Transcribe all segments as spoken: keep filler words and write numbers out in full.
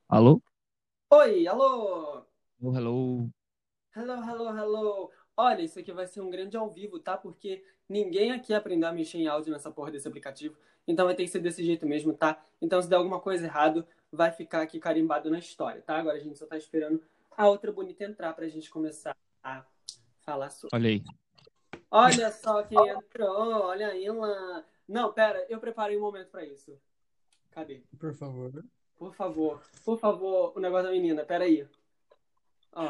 Alô? Oi, alô! Hello, hello. Hello, hello, hello! Olha, isso aqui vai ser um grande ao vivo, tá? Porque ninguém aqui aprendeu a mexer em áudio nessa porra desse aplicativo. Então vai ter que ser desse jeito mesmo, tá? Então se der alguma coisa errado, vai ficar aqui carimbado na história, tá? Agora a gente só tá esperando a outra bonita entrar pra gente começar a falar sobre. Olha aí. Olha só quem entrou, olha aí lá. Não, pera, eu preparei um momento pra isso. Cadê? Por favor. Por favor, por favor, o negócio da menina, pera aí. Ó.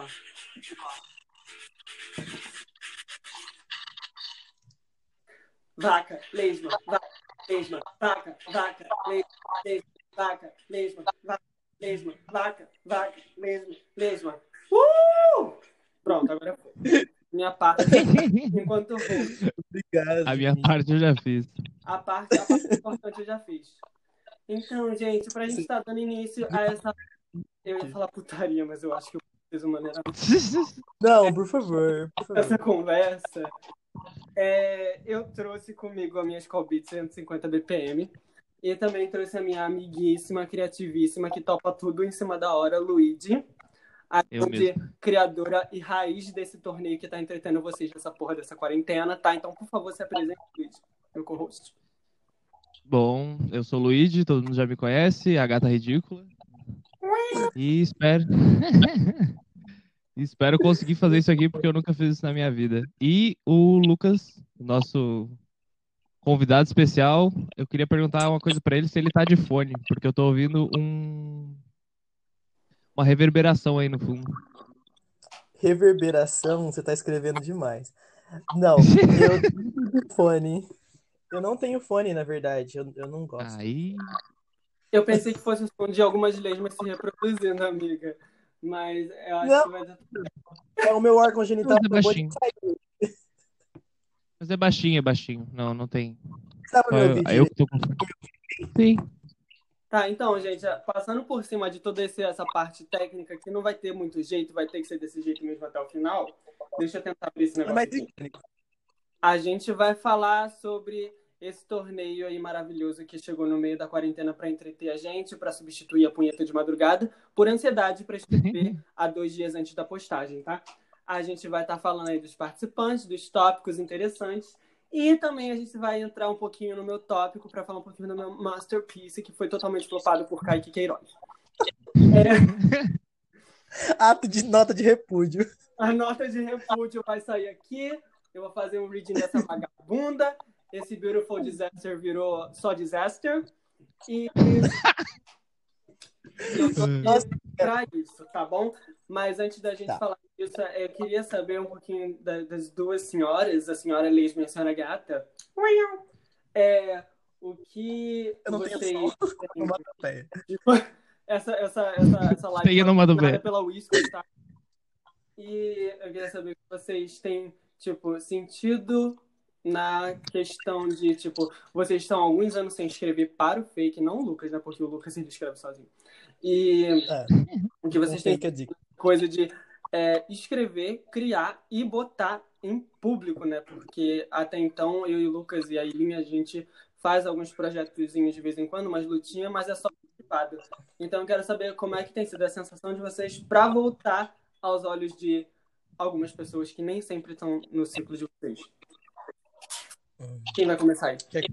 Vaca, lesma, vaca, lesma, vaca, vaca, lesma, lesma, vaca, lesma, vaca, lesma, vaca, vaca, lesma, lesma. Uh! Pronto, agora foi. Minha parte, enquanto host. A Obrigado, minha gente. parte eu já fiz. A parte, a parte importante eu já fiz. Então, gente, pra gente Você- estar dando início a essa. Eu ia falar putaria, mas eu acho que eu preciso maneira Não, por favor, por essa favor. conversa. É, eu trouxe comigo a minha Skol Beats cento e cinquenta B P M e também trouxe a minha amiguíssima, criativíssima, que topa tudo em cima da hora, Luigi, a Eu grande mesmo. criadora e raiz desse torneio que tá entretendo vocês nessa porra dessa quarentena, tá? Então, por favor, se apresente, Luigi, meu co-host. Bom, eu sou o Luigi, todo mundo já me conhece, a gata ridícula. E espero. e espero conseguir fazer isso aqui porque eu nunca fiz isso na minha vida. E o Lucas, o nosso convidado especial, eu queria perguntar uma coisa pra ele se ele tá de fone, porque eu tô ouvindo um uma reverberação aí no fundo. Reverberação, você tá escrevendo demais. Não, eu não tenho fone. Eu não tenho fone, na verdade. Eu, eu não gosto. Aí, Eu pensei que fosse o som de algumas lesmas se reproduzindo, amiga, mas eu acho Não, que vai dar. é o meu órgão genital mas é acabou de baixinho. sair. Mas é baixinho, é baixinho. Não, não tem. Dá pra Só me eu, ouvir eu direito? que tô com. Sim. Tá, então, gente, passando por cima de toda esse- essa parte técnica que não vai ter muito jeito, vai ter que ser desse jeito mesmo até o final. Deixa eu tentar abrir esse É mais negócio aqui. icônico. A gente vai falar sobre esse torneio aí maravilhoso que chegou no meio da quarentena para entreter a gente, para substituir a punheta de madrugada, por ansiedade para escrever há dois dias antes da postagem, tá? A gente vai estar falando aí dos participantes, dos tópicos interessantes. E também a gente vai entrar um pouquinho no meu tópico para falar um pouquinho do meu masterpiece, que foi totalmente flopado por Kaique Queiroz. É, Ato de nota de repúdio. a nota de repúdio vai sair aqui. Eu vou fazer um reading dessa vagabunda. Esse Beautiful Disaster virou só Disaster. E, e eu tô aqui Nossa, pra isso, tá bom? Mas antes da gente tá. falar disso, eu queria saber um pouquinho da- das duas senhoras, a senhora Lesma e a senhora Gata. É, o que Eu não tenho som. vocês têm de... Onomatopeia. Essa, essa, essa, essa Você live ia no do patrocinada pé. pela Whiskas, tá? E eu queria saber o que vocês têm, tipo, sentido na questão de, tipo, vocês estão há alguns anos sem escrever para o fake, não o Lucas, né? Porque o Lucas ele escreve sozinho. E É, o que um vocês têm fake addict. coisa de é, escrever, criar e botar em público, né? Porque até então eu e o Lucas e a Ilinha, a gente faz alguns projetozinhos de vez em quando, umas lutinhas, mas é só privado. Então eu quero saber como é que tem sido a sensação de vocês para voltar aos olhos de algumas pessoas que nem sempre estão no ciclo de vocês. Hum. Quem vai começar aí? Quer-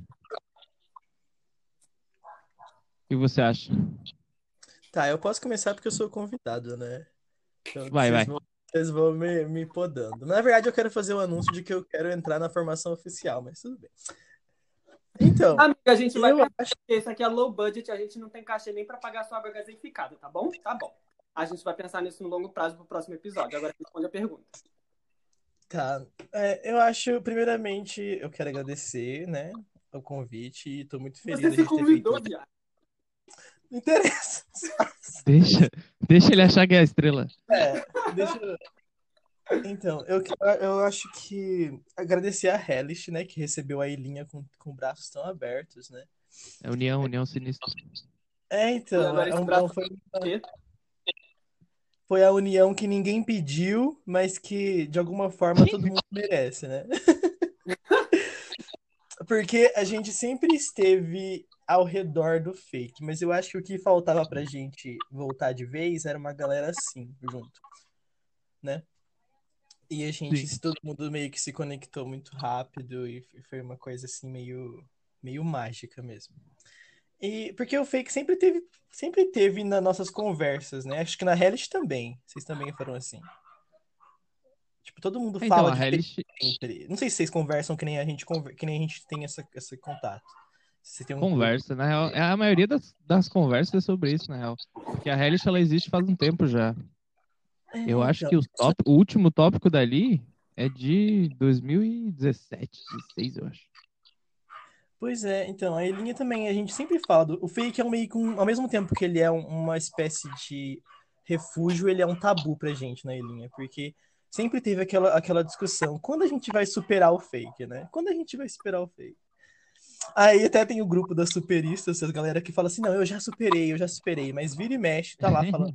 O que você acha? Tá, eu posso começar porque eu sou convidado, né? Então, Vai, vocês vai. vão, vocês vão me, me podando. Na verdade, eu quero fazer o anúncio de que eu quero entrar na formação oficial, mas tudo bem. Então, Amiga, a gente vai eu pensar acho. que isso aqui é low budget, a gente não tem cachê nem para pagar sua água gaseificada, tá bom? Tá bom. A gente vai pensar nisso no longo prazo pro próximo episódio. Agora responde a pergunta. Tá. É, eu acho, primeiramente, eu quero agradecer, né, o convite e tô muito feliz Você da se gente ter feito convidou, isso. viado. Não interessa. Deixa, deixa ele achar que é a estrela. É, deixa eu... Então, eu, que- eu acho que agradecer a Hellish, né, que recebeu a Ilinha com, com braços tão abertos, né? É união, união sinistra. É, E então, agora é esse um- é um- braço foi, aqui. foi a união que ninguém pediu, mas que de alguma forma todo mundo merece, né? Porque a gente sempre esteve ao redor do fake. Mas eu acho que o que faltava pra gente voltar de vez era uma galera assim, junto, né? E a gente, Sim. todo mundo meio que se conectou muito rápido e foi uma coisa assim meio, meio mágica mesmo. E porque o fake sempre teve, sempre teve nas nossas conversas, né? Acho que na Hellish também. Vocês também foram assim. Tipo, todo mundo Então, fala a de fake Hellish sempre. Não sei se vocês conversam que nem a gente, conver- que nem a gente tem essa, esse contato. Se você tem um grupo. conversa, na real, é a maioria das, das conversas é sobre isso, na real. Porque a Hellish, ela existe faz um tempo já. É, Eu acho então. que os top, o último tópico dali é de dois mil e dezessete, dezesseis, eu acho. Pois é, então, a Elinha também, a gente sempre fala, do, o fake é um meio que um, ao mesmo tempo que ele é um- uma espécie de refúgio, ele é um tabu pra gente na Elinha, porque sempre teve aquela, aquela discussão, quando a gente vai superar o fake, né? Quando a gente vai superar o fake? Aí até tem o grupo das superistas, as galera que fala assim, não, eu já superei, eu já superei, mas vira e mexe, tá lá falando.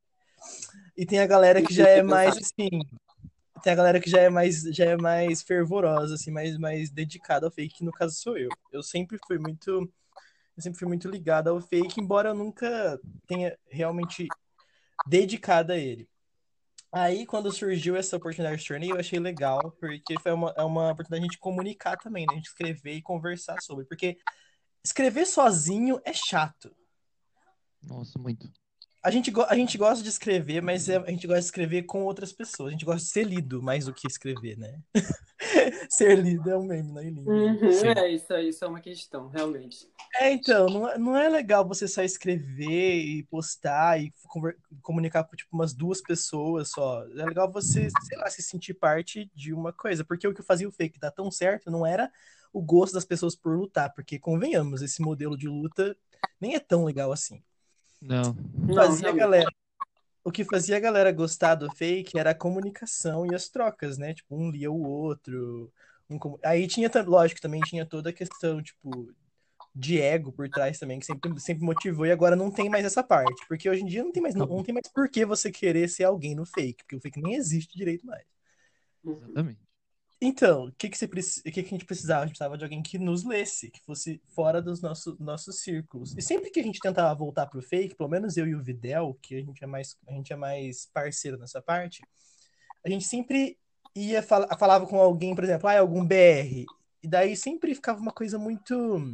E tem a galera que já é mais assim, tem a galera que já é mais, já é mais fervorosa, assim, mais, mais dedicada ao fake, que no caso sou eu. Eu sempre fui muito, eu sempre fui muito ligado ao fake, embora eu nunca tenha realmente dedicado a ele. Aí, quando surgiu essa oportunidade de torneio, eu achei legal, porque foi uma, é uma oportunidade de a gente comunicar também, né? A gente escrever e conversar sobre. Porque escrever sozinho é chato. Nossa, muito. A gente, go- a gente gosta de escrever, mas é- a gente gosta de escrever com outras pessoas. A gente gosta de ser lido mais do que escrever, né? Ser lido é um meme na Elinho, gente. Uhum, Sim. é, isso, isso é uma questão, realmente. É, então, não é, não é legal você só escrever e postar e conver- comunicar com, tipo, umas duas pessoas só. É legal você, sei lá, se sentir parte de uma coisa. Porque o que fazia o fake dar tão certo não era o gosto das pessoas por lutar. Porque, convenhamos, esse modelo de luta nem é tão legal assim. Não. Não, Fazia a realmente. galera O que fazia a galera gostar do fake era a comunicação e as trocas, né? Tipo, um lia o outro. um com- Aí tinha, tam- lógico, também tinha toda a questão, tipo, de ego por trás também, que sempre, sempre motivou, e agora não tem mais essa parte. Porque hoje em dia não tem mais, não, Acabou. tem mais por que você querer ser alguém no fake, porque o fake nem existe direito mais. Uhum. Exatamente. Então, o que que, você, preci- o que que a gente precisava? A gente precisava de alguém que nos lesse, que fosse fora dos nossos, nossos círculos. E sempre que a gente tentava voltar pro fake, pelo menos eu e o Videl, que a gente é mais, a gente é mais parceiro nessa parte, a gente sempre ia fal falava com alguém, por exemplo, ah, algum B R. E daí sempre ficava uma coisa muito.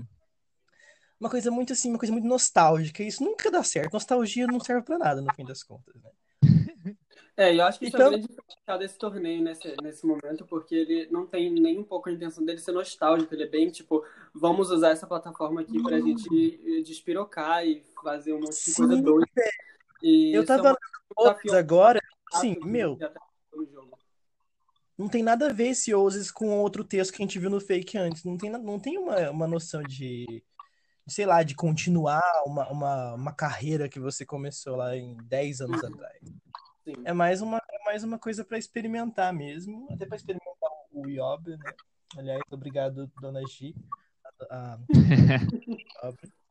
Uma coisa muito assim, uma coisa muito nostálgica. E isso nunca dá certo. Nostalgia não serve pra nada, no fim das contas, né? É, e eu acho que isso é o Então, grande diferencial desse torneio nesse, nesse momento, porque ele não tem nem um pouco a intenção dele ser nostálgico, ele é bem tipo, vamos usar essa plataforma aqui pra gente eh, despirocar e fazer um monte de coisa sim, doida. E eu isso é tava uma lendo outros desafio agora, assim, chato de meu, de até no jogo. não tem nada a ver esse Oasis com outro texto que a gente viu no fake antes. Não tem, não tem uma, uma noção de, de, sei lá, de continuar uma, uma, uma carreira que você começou lá em dez anos Uhum, atrás. sim. É mais uma, é mais uma coisa para experimentar mesmo, até para experimentar o Yob, né? Aliás, obrigado, dona Gi. A, a,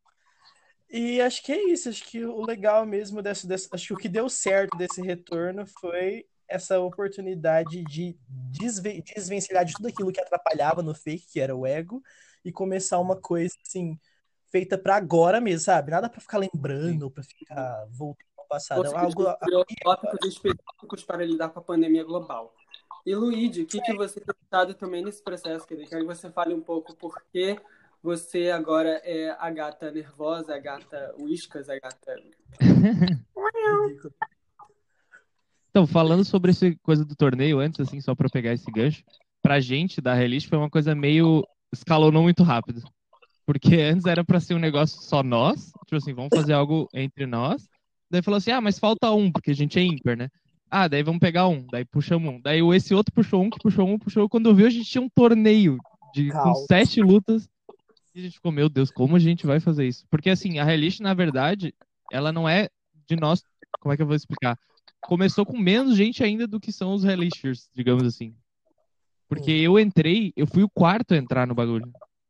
e acho que é isso. Acho que o legal mesmo desse, desse, acho que o que deu certo desse retorno foi essa oportunidade de desve, desvencilhar de tudo aquilo que atrapalhava no fake, que era o ego, e começar uma coisa assim feita para agora mesmo, sabe? Nada para ficar Sim. lembrando, para ficar voltando ao passado, Ou é seja, a algo. gente criou tópicos específicos para lidar com a pandemia global. E, Luíde, o que, que você tem estado também nesse processo? Quer dizer, quero que você fale um pouco por que você agora é a gata nervosa, a gata whiskas, a gata... Ridículo. Então, falando sobre essa coisa do torneio antes, assim, só pra pegar esse gancho, pra gente da Relish foi uma coisa meio escalonou muito rápido. Porque antes era pra ser um negócio só nós, tipo assim, vamos fazer algo entre nós. Daí falou assim: "Ah, mas falta um, porque a gente é ímpar, né?" Ah, daí vamos pegar um, daí puxamos um. Daí o- esse outro puxou um, que puxou um, puxou. Quando viu, a gente tinha um torneio de com Cal. sete lutas. E a gente ficou, meu Deus, como a gente vai fazer isso? Porque assim, a Relish, na verdade, ela não é de nós. Como é que eu vou explicar? Começou com menos gente ainda do que são os Relishers, digamos assim. Porque Hum, eu entrei, eu fui o quarto a entrar no bagulho.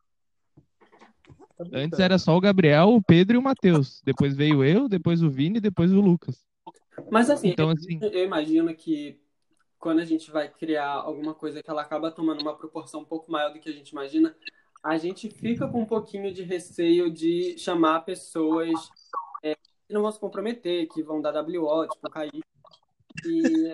tá Antes brincando. era só o Gabriel, o Pedro e o Matheus. Depois veio eu, depois o Vini, depois o Lucas. Mas, assim, Então, assim, eu, eu imagino que quando a gente vai criar alguma coisa que ela acaba tomando uma proporção um pouco maior do que a gente imagina, a gente fica com um pouquinho de receio de chamar pessoas é, que não vão se comprometer, que vão dar W O, tipo, cair. E,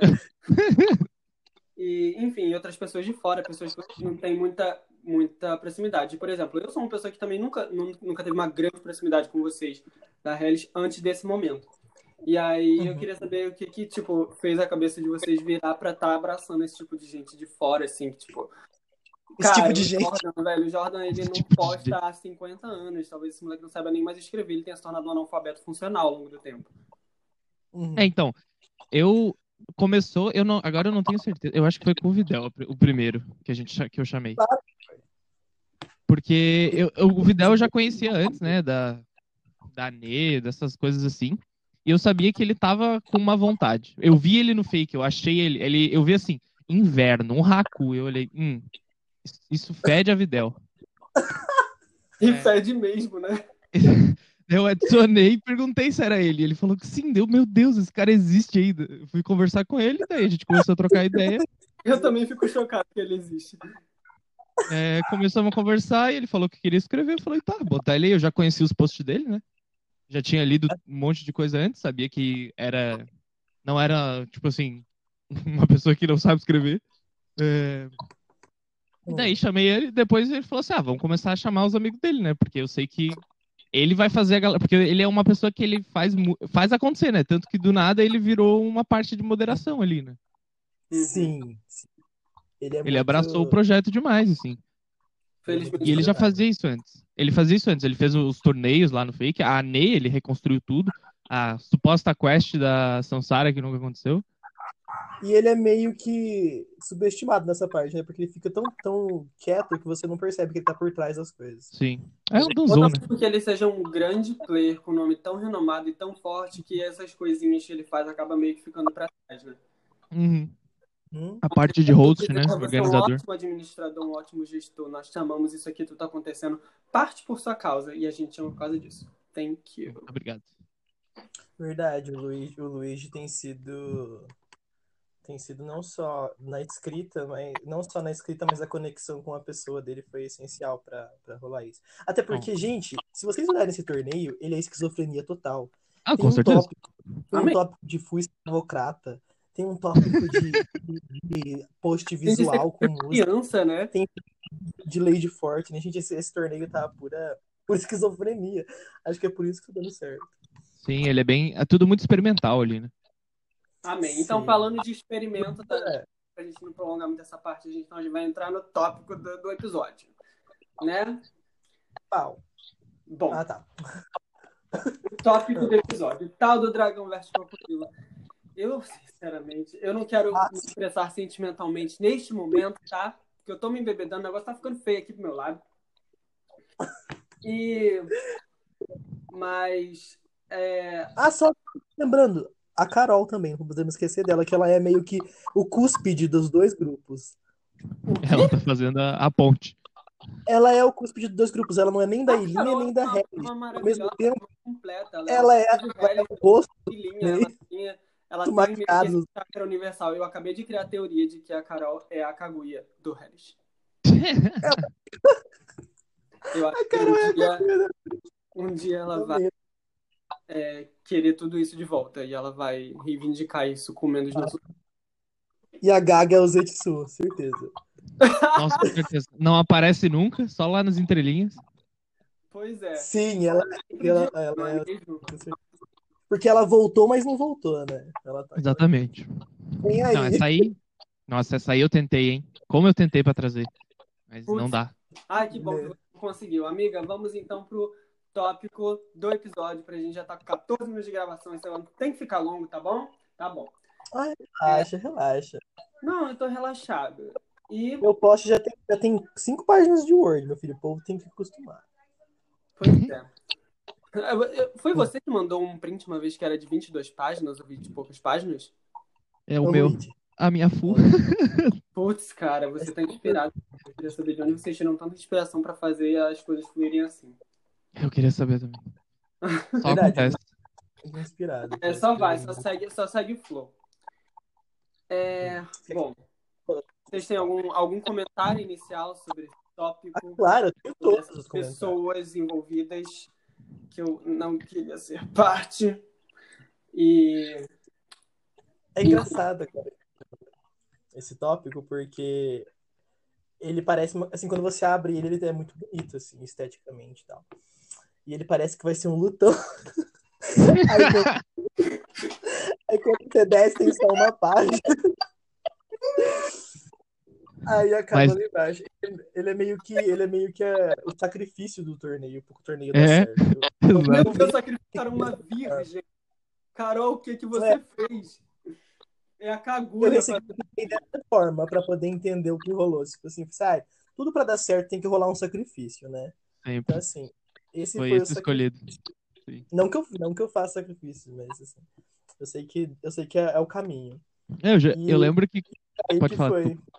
e, enfim, outras pessoas de fora, pessoas que não têm muita, muita proximidade. Por exemplo, eu sou uma pessoa que também nunca, nu- nunca teve uma grande proximidade com vocês da Hellis antes desse momento. E aí eu Uhum. queria saber o que, que tipo, fez a cabeça de vocês virar pra estar abraçando esse tipo de gente de fora, assim, que, tipo, Esse cara, tipo de o gente. Jordan, velho, o Jordan, ele Esse não tipo de posta gente. há cinquenta anos. Talvez esse moleque não saiba nem mais escrever. Ele tenha se tornado um analfabeto funcional ao longo do tempo. Uhum. É, então, eu começou, eu não, agora eu não tenho certeza. Eu acho que foi com o Videl, o pr- o primeiro que a gente cha- que eu chamei. Claro. Porque eu, eu- o Videl eu já conhecia antes, né, da da Nê, dessas coisas assim. E eu sabia que ele tava com uma vontade. Eu vi ele no fake, eu achei ele, ele eu vi assim, inverno, um Haku. Eu olhei, hum, isso isso fede a Videl. E É. fede mesmo, né? Eu adicionei e perguntei se era ele. Ele falou que sim, deu, meu Deus, esse cara existe ainda. Eu fui conversar com ele, daí a gente começou a trocar ideia. Eu também fico chocado que ele existe. É, começamos a conversar e ele falou que queria escrever. Eu falei, tá, botar ele aí. Eu já conhecia os posts dele, né? Já tinha lido um monte de coisa antes, sabia que era. Não era, tipo assim, uma pessoa que não sabe escrever. É, e daí chamei ele, depois ele falou assim: ah, vamos começar a chamar os amigos dele, né? Porque eu sei que ele vai fazer a galera. Porque ele é uma pessoa que ele faz, mu- faz acontecer, né? Tanto que do nada ele virou uma parte de moderação ali, né? Uhum. Sim, sim. Ele é Ele abraçou o muito. projeto demais, assim. Ele é muito Felizmente. E ele já visionário. fazia isso antes. Ele fazia isso antes. Ele fez os torneios lá no Fake. A Ney, ele reconstruiu tudo. A suposta quest da Sansara, que nunca aconteceu. E ele é meio que subestimado nessa parte, né? Porque ele fica tão, tão quieto que você não percebe que ele tá por trás das coisas. Sim. É um Ou donzão, né? talvez porque ele seja um grande player com um nome tão renomado e tão forte que essas coisinhas que ele faz acabam meio que ficando pra trás, né? Uhum. Hum? A parte de Se host, né? você é um Organizador. ótimo administrador, um ótimo gestor, nós chamamos isso aqui, tudo tá acontecendo, parte por sua causa, e a gente ama por causa disso. Thank you. Muito obrigado. Verdade, o Luigi, o Luigi tem sido. Tem sido não só na escrita, mas não só na escrita, mas a conexão com a pessoa dele foi essencial pra, pra rolar isso. Até porque, Bom. gente, se vocês olharem esse torneio, ele é esquizofrenia total. Ah, Tem com um certeza. tópico, tem um Amém. tópico de fui escravocrata, tem um tópico de, de, de post Tem de ser visual com música, criança, né? tem de Lady Forte, né? Gente, esse, esse torneio tá pura, pura esquizofrenia. Acho que é por isso que tá dando certo. Sim, ele é bem. É tudo muito experimental ali, né? Amém. Então, Sim. falando de experimento, tá? É. Pra gente não prolongar muito essa parte, a gente, então, a gente vai entrar no tópico do, do episódio, né? Pau. Bom, Ah, tá. o tópico do episódio, o tal do dragão versus crocodilo. Eu, sinceramente, eu não quero Ah, me expressar sentimentalmente neste momento, tá? Porque eu tô me embebedando, o negócio tá ficando feio aqui pro meu lado. E... Mas... É... Ah, só lembrando, a Carol também, não podemos esquecer dela, que ela é meio que o cúspide dos dois grupos. Ela tá fazendo a, a ponte. Ela é o cúspide dos dois grupos, ela não é nem da A Ilinha Carol nem da é uma, Hellis. uma Ao mesmo maravilhosa, tempo, uma completa. Ela, ela é, é uma ela é velha, o rosto filhinha, meio ela, tinha, ela muito tem meio que maquiado. esse chakra universal. Eu acabei de criar a teoria de que a Carol é a Kaguya do Hellish. Eu acho A que Carol é um a dia, Kaguya da um dia ela vai Hellis. é, querer tudo isso de volta e ela vai reivindicar isso comendo os nossos. E a Gaga é o Zetsu, certeza. Nossa, com certeza. Não aparece nunca, só lá nas entrelinhas. Pois é. Sim, ela, Sempre ela, de- ela não é. é mesmo? Porque ela voltou, mas não voltou, né? Ela tá Exatamente. Vem aí. Não, essa aí. Nossa, essa aí eu tentei, hein? Como eu tentei pra trazer. Mas não Putz. dá. Ai, que bom que Né? você conseguiu. Amiga, vamos então pro tópico do episódio, pra gente já tá com quatorze minutos de gravação. Então tem que ficar longo, tá bom? Tá bom. Ai, relaxa, relaxa. Não, eu tô relaxado. E, Meu post já tem, já tem cinco páginas de Word, meu filho. O povo tem que acostumar. pois é. Eu- eu- Foi você que mandou um print uma vez que era de vinte e duas páginas ou vinte e poucas páginas? É o Ô, meu. Luigi. A minha full. Putz, cara, você tá inspirado. Eu queria saber de onde vocês tiram tanta inspiração pra fazer as coisas fluírem assim. Eu queria saber também. Só Verdade. acontece. Inspirado. É, só vai, só segue, só segue o flow. É, bom, vocês têm algum, algum comentário inicial sobre esse tópico, Claro, eu tenho todos dessas os comentários. pessoas envolvidas que eu não queria ser parte. E É engraçado, cara, esse tópico, porque ele parece, uma- assim, quando você abre ele, ele é muito bonito, assim, esteticamente e tal. E ele parece que vai ser um lutão. Aí quando, aí quando você desce, tem só uma página. Aí acaba Mas ali embaixo. Ele, ele é meio que, ele é meio que é, o sacrifício do torneio, pro torneio dar é, certo. Eu, eu, meu exato. Deus, sacrificaram uma virgem. Carol, o que, que você fez? É a eu Kaguya. recebi dessa forma pra poder entender o que rolou. Tipo assim, sabe? Tudo pra dar certo tem que rolar um sacrifício, né? Então, Sempre. assim, esse Foi foi o esse sacrifício. escolhido. Sim. Não que eu, não que eu faça sacrifício, mas assim, eu sei que, eu sei que é, é o caminho. Eu, já, E eu o lembro que. Pode Kaique falar, foi. desculpa.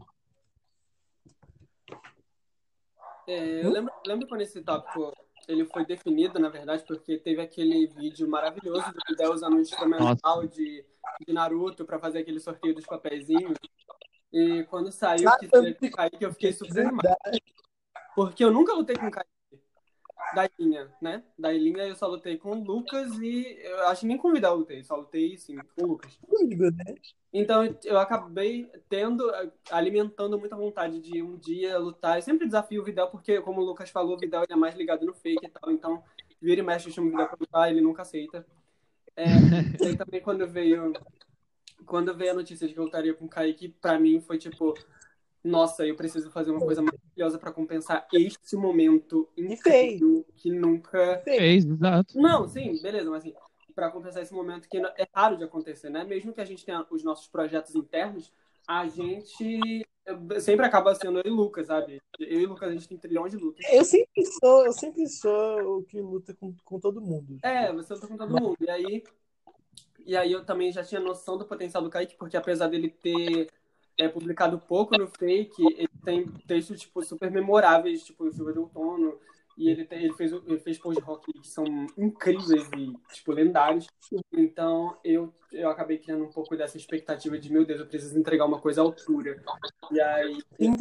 É, eu Hum? lembro, lembro quando esse tópico ele foi definido, na verdade, porque teve aquele vídeo maravilhoso do Fidel usando um Nossa. instrumental de, de Naruto para fazer aquele sorteio dos papeizinhos. E quando saiu Ah, que eu seria com o Kaique, eu fiquei super animado. verdade. Porque eu nunca lutei com o Kaique da Ilinha, né? Da Ilinha eu só lutei com o Lucas e eu acho que nem com o Vidal eu lutei, só lutei sim com o Lucas. Comigo, né? Então eu acabei tendo, alimentando muita vontade de um dia lutar. Eu sempre desafio o Vidal, porque, como o Lucas falou, o Vidal ele é mais ligado no fake e tal. Então, vira e mexe, eu chamo o Vidal pra lutar, ele nunca aceita. É, e aí também quando veio, quando veio a notícia de que eu lutaria com o Kaique, pra mim foi tipo, nossa, eu preciso fazer uma coisa maravilhosa pra compensar este momento E fez. incrível que nunca... Fez. Fez, exato. Não, sim, beleza, mas assim, para compensar esse momento que é raro de acontecer, né? Mesmo que a gente tenha os nossos projetos internos, a gente sempre acaba sendo eu e Lucas, sabe? Eu e Lucas, a gente tem trilhões de lutas. Eu sempre sou, eu sempre sou o que luta com, com todo mundo. É, você luta com todo mundo. E aí, e aí eu também já tinha noção do potencial do Kaique, porque apesar dele ter é, publicado pouco no Fake, ele tem textos, tipo, super memoráveis, tipo, Chuva de Outono, e ele, tem, ele fez, ele fez post-rock que são incríveis e, tipo, lendários. Então, eu, eu acabei criando um pouco dessa expectativa de, meu Deus, eu preciso entregar uma coisa à altura. E aí,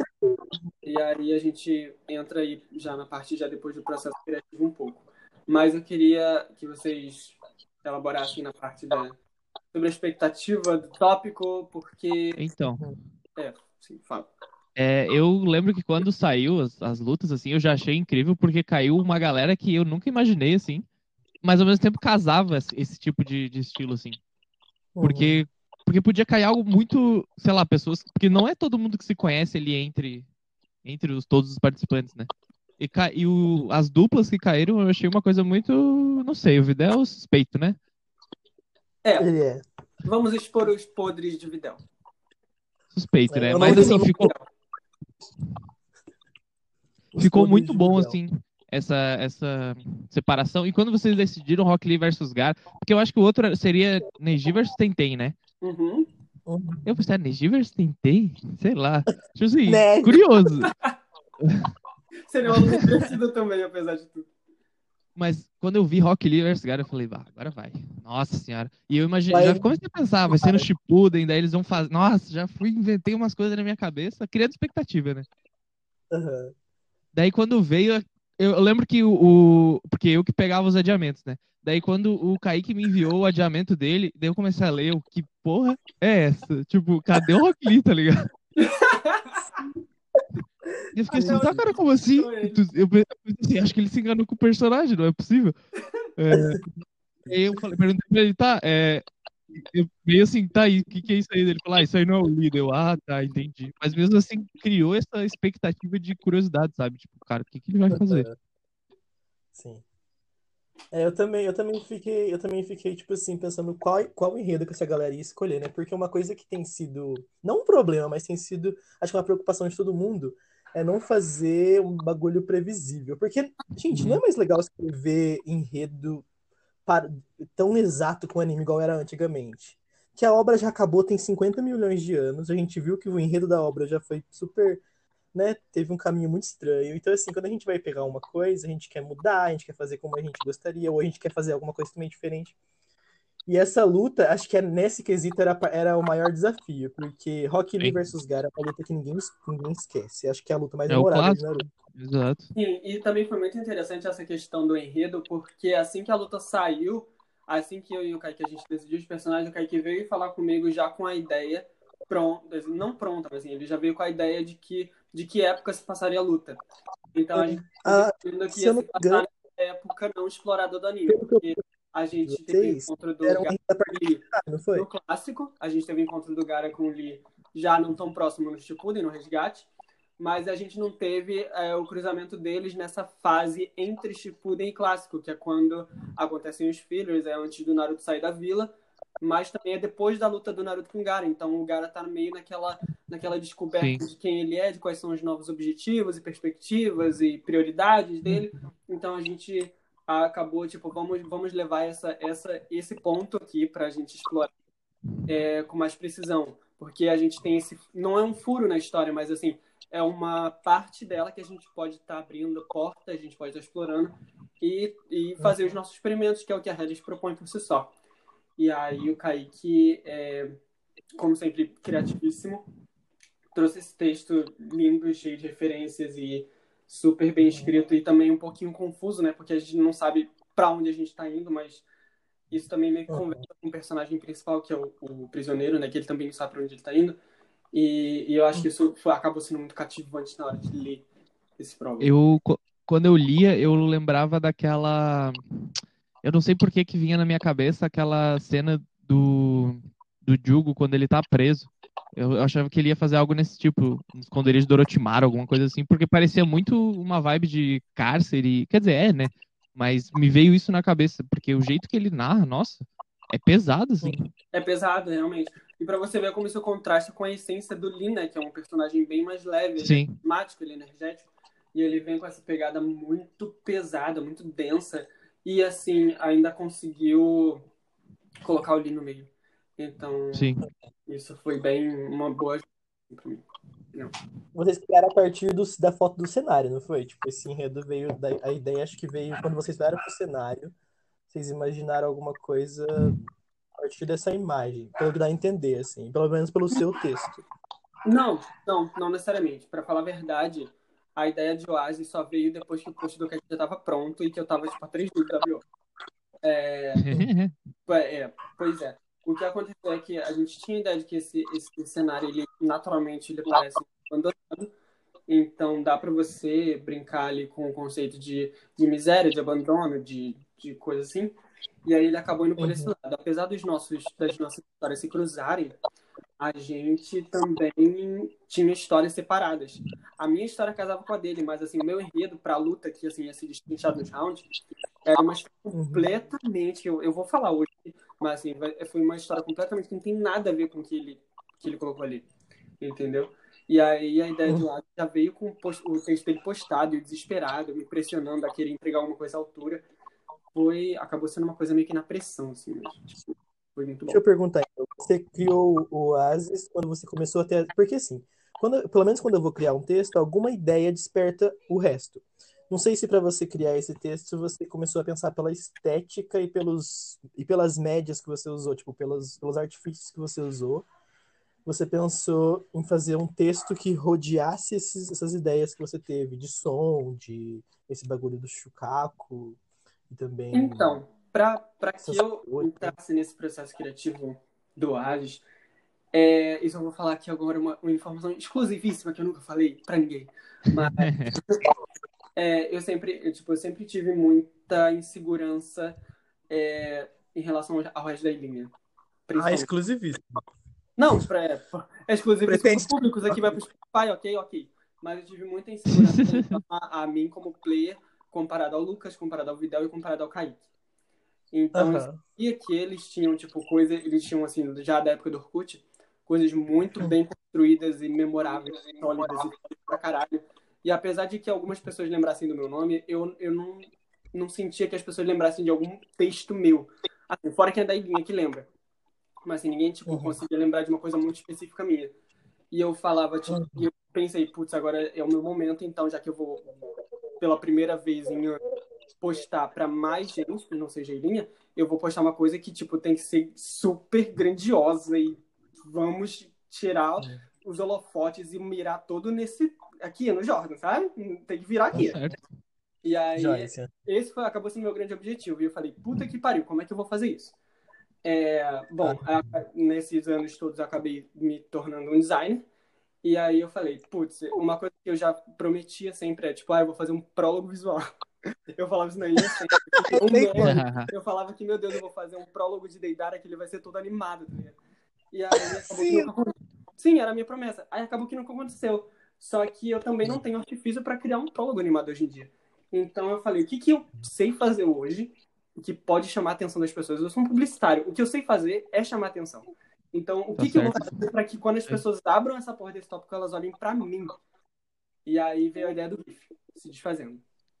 e aí a gente entra aí já na parte, já depois do processo criativo um pouco. Mas eu queria que vocês elaborassem na parte da, sobre a expectativa do tópico, porque... Então. É, sim, fala. É, eu lembro que quando saiu as, as lutas, assim, eu já achei incrível, porque caiu uma galera que eu nunca imaginei, assim, mas ao mesmo tempo casava esse, esse tipo de, de estilo, assim. Porque, porque podia cair algo muito, sei lá, pessoas. Porque não é todo mundo que se conhece ali entre, entre os, todos os participantes, né? E, ca, e o, as duplas que caíram, eu achei uma coisa muito. Não sei, o Vidal é suspeito, né? É, Ele é. vamos expor os podres de Vidal. Suspeito, né? Eu não Mas digo assim, não. ficou, Os ficou podres muito de bom, Vidal. assim, essa, essa separação. E quando vocês decidiram Rock Lee versus Gar, porque eu acho que o outro seria Neji versus Tenten, né? Uhum. Eu pensei, ah, Neji versus Tenten? Sei lá. Tipo assim, Né? curioso. Seria uma luta divertida também, apesar de tudo. Mas quando eu vi Rock Lee versus Gar, eu falei, bah, agora vai. Nossa senhora. E eu imaginei, Vai- já comecei a pensar, vai ser no Shippuden, daí eles vão fazer. Nossa, já fui, inventei umas coisas na minha cabeça, criando expectativa, né? Aham. Daí quando veio, eu, eu lembro que o, o- porque eu que pegava os adiamentos, né? Daí quando o Kaique me enviou o adiamento dele, daí eu comecei a ler, eu, que porra é essa? Tipo, cadê o Rock Lee, tá ligado? E eu fiquei assim, tá, cara, como assim? Tu- Eu pensei assim, acho que ele se enganou com o personagem, não é possível. É, aí eu falei, perguntei pra ele, tá, é, eu meio assim, tá aí, o que, que é isso aí? Ele falou, ah, isso aí não é o líder. Eu, ah, tá, entendi. Mas mesmo assim, criou essa expectativa de curiosidade, sabe? Tipo, cara, o que, que ele vai fazer? Sim. É, eu também, eu também fiquei, eu também fiquei, tipo assim, pensando qual, qual enredo que essa galera ia escolher, né? Porque uma coisa que tem sido, não um problema, mas tem sido, acho que uma preocupação de todo mundo, é não fazer um bagulho previsível. Porque, gente, não é Uhum. mais legal escrever enredo para- tão exato com o anime igual era antigamente. Que a obra já acabou tem cinquenta milhões de anos, a gente viu que o enredo da obra já foi super, né, teve um caminho muito estranho. Então, assim, quando a gente vai pegar uma coisa, a gente quer mudar, a gente quer fazer como a gente gostaria, ou a gente quer fazer alguma coisa também diferente. E essa luta, acho que é nesse quesito era, era o maior desafio, porque Rock Lee Sim. versus Gaara é uma luta que ninguém, ninguém esquece. Acho que é a luta mais É o memorável de clássico. Naruto. Exato. Sim, e também foi muito interessante essa questão do enredo, porque assim que a luta saiu, assim que eu e o Kaique a gente decidiu os personagens, o Kaique veio falar comigo já com a ideia pronta, não pronta, mas assim, ele já veio com a ideia de que de que época se passaria a luta. Então a gente Ah, decidiu que se eu ia não se me engano, passar na época não explorada do anime, pelo que eu porque a vi de gente teve o vocês, encontro do era um Gaara enredo da com o parte Lee do não no foi? clássico, a gente teve o encontro do Gaara com o Lee já não tão próximo no Shippuden, no resgate, mas a gente não teve é, o cruzamento deles nessa fase entre Shippuden e clássico, que é quando acontecem os fillers, é antes do Naruto sair da vila, mas também é depois da luta do Naruto com o Gaara, então o Gaara tá meio naquela, naquela descoberta Sim. de quem ele é, de quais são os novos objetivos e perspectivas e prioridades dele, então a gente acabou, tipo, vamos, vamos levar essa, essa, esse ponto aqui pra gente explorar é, com mais precisão, porque a gente tem esse, não é um furo na história, mas assim, é uma parte dela que a gente pode estar tá abrindo porta, a gente pode estar tá explorando e, e fazer os nossos experimentos, que é o que a Redis propõe por si só. E aí o Kaique, é, como sempre, criativíssimo, trouxe esse texto lindo, cheio de referências e super bem escrito e também um pouquinho confuso, né? Porque a gente não sabe para onde a gente está indo, mas isso também meio que conversa com o personagem principal, que é o, o prisioneiro, né? Que ele também não sabe para onde ele está indo. E, e eu acho que isso foi, acabou sendo muito cativante na hora de ler esse prólogo. Eu, co- quando eu lia, eu lembrava daquela. Eu não sei por que que vinha na minha cabeça aquela cena do, do Jugo quando ele tá preso. Eu, eu achava que ele ia fazer algo nesse tipo, um esconderijo do Orochimaru, alguma coisa assim, porque parecia muito uma vibe de cárcere. Quer dizer, é, né? Mas me veio isso na cabeça, porque o jeito que ele narra, nossa, é pesado, assim. É pesado, realmente. E para você ver como isso contrasta com a essência do Lee, né? Que é um personagem bem mais leve, ele é Sim. carismático, ele é energético. E ele vem com essa pegada muito pesada, muito densa. E, assim, ainda conseguiu colocar o Lee no meio. Então, Sim. isso foi bem uma boa pra mim. Não. Vocês criaram a partir do, da foto do cenário, não foi? Tipo, esse enredo veio. Da, a ideia acho que veio quando vocês olharam pro cenário. Vocês imaginaram alguma coisa a partir dessa imagem, pelo que dá a entender, assim, pelo menos pelo seu texto. Não, não, não necessariamente. Para falar a verdade, a ideia de Oasis só veio depois que o post do Cat já estava pronto e que eu tava, tipo, a três dias da W. É, é, pois é. O que aconteceu é que a gente tinha a ideia de que esse, esse cenário, ele naturalmente, ele parece abandonado. Então, dá para você brincar ali com o conceito de, de miséria, de abandono, de, de coisa assim. E aí ele acabou indo por esse lado. Apesar dos nossos, das nossas histórias se cruzarem, a gente também tinha histórias separadas. A minha história casava com a dele, mas assim, o meu enredo para a luta, que assim, ia se destrinchar nos rounds, era uma história completamente. Eu, eu vou falar hoje, mas assim, vai- foi uma história completamente que não tem nada a ver com o que ele, que ele colocou ali. Entendeu? E aí a ideia de lado já veio com o post- o texto dele postado, e desesperado, me pressionando a querer entregar alguma coisa à altura. Foi, acabou sendo uma coisa meio que na pressão, assim, mas, tipo, foi muito bom. Deixa eu perguntar, então, você criou o Oasis quando você começou a ter. Porque assim, quando, pelo menos quando eu vou criar um texto, alguma ideia desperta o resto. Não sei se para você criar esse texto você começou a pensar pela estética e, pelos, e pelas médias que você usou, tipo, pelos, pelos artifícios que você usou. Você pensou em fazer um texto que rodeasse esses, essas ideias que você teve de som, de esse bagulho do Shukaku e também Então, para que essas eu coisas. entrasse nesse processo criativo do Ares, é, isso eu vou falar aqui agora, uma, uma informação exclusivíssima que eu nunca falei para ninguém. Mas é, eu sempre, eu, tipo, eu sempre tive muita insegurança é, em relação ao resto da linha. Ah, exclusivíssimo. Não, pra, é, é exclusivo Pretende... para os públicos aqui, vai para o Spotify, ok, ok. Mas eu tive muita insegurança em relação a, a mim como player, comparado ao Lucas, comparado ao Vidal e comparado ao Kaique. Então, eu Aham. sabia que eles tinham, tipo, coisa, eles tinham, assim, já da época do Orkut, coisas muito bem construídas e memoráveis, sólidas e pra caralho. E apesar de que algumas pessoas lembrassem do meu nome, eu, eu não, não sentia que as pessoas lembrassem de algum texto meu. Assim, fora que é da Iguinha que lembra. Mas assim, ninguém, tipo, Uhum. conseguia lembrar de uma coisa muito específica minha. E eu falava, tipo, Uhum. e eu pensei, putz, agora é o meu momento, então, já que eu vou, pela primeira vez em postar para mais gente, que não seja Ilinha, eu vou postar uma coisa que, tipo, tem que ser super grandiosa e vamos tirar os holofotes e mirar todo nesse... Aqui, no Jordan, sabe? Tem que virar Tá aqui. certo. E aí, Joyce. esse foi, acabou sendo meu grande objetivo. E eu falei, puta que pariu, como é que eu vou fazer isso? É, bom, a, nesses anos todos eu acabei me tornando um designer. E aí eu falei, putz, uma coisa que eu já prometia sempre é, tipo, ah, eu vou fazer um prólogo visual. Eu falava isso na I A sempre. Um meme, eu falava que, meu Deus, eu vou fazer um prólogo de Deidara que ele vai ser todo animado, tá ligado? E aí acabou que nunca aconteceu. Sim, era a minha promessa. Aí acabou que nunca aconteceu. Só que eu também não tenho artifício para criar um prólogo animado hoje em dia. Então eu falei, o que, que eu sei fazer hoje que pode chamar a atenção das pessoas? Eu sou um publicitário. O que eu sei fazer é chamar a atenção. Então, o Tá que, que eu vou certo. fazer para que quando as pessoas abram essa porra desse tópico, elas olhem para mim? E aí veio a ideia do GIF, se desfazendo.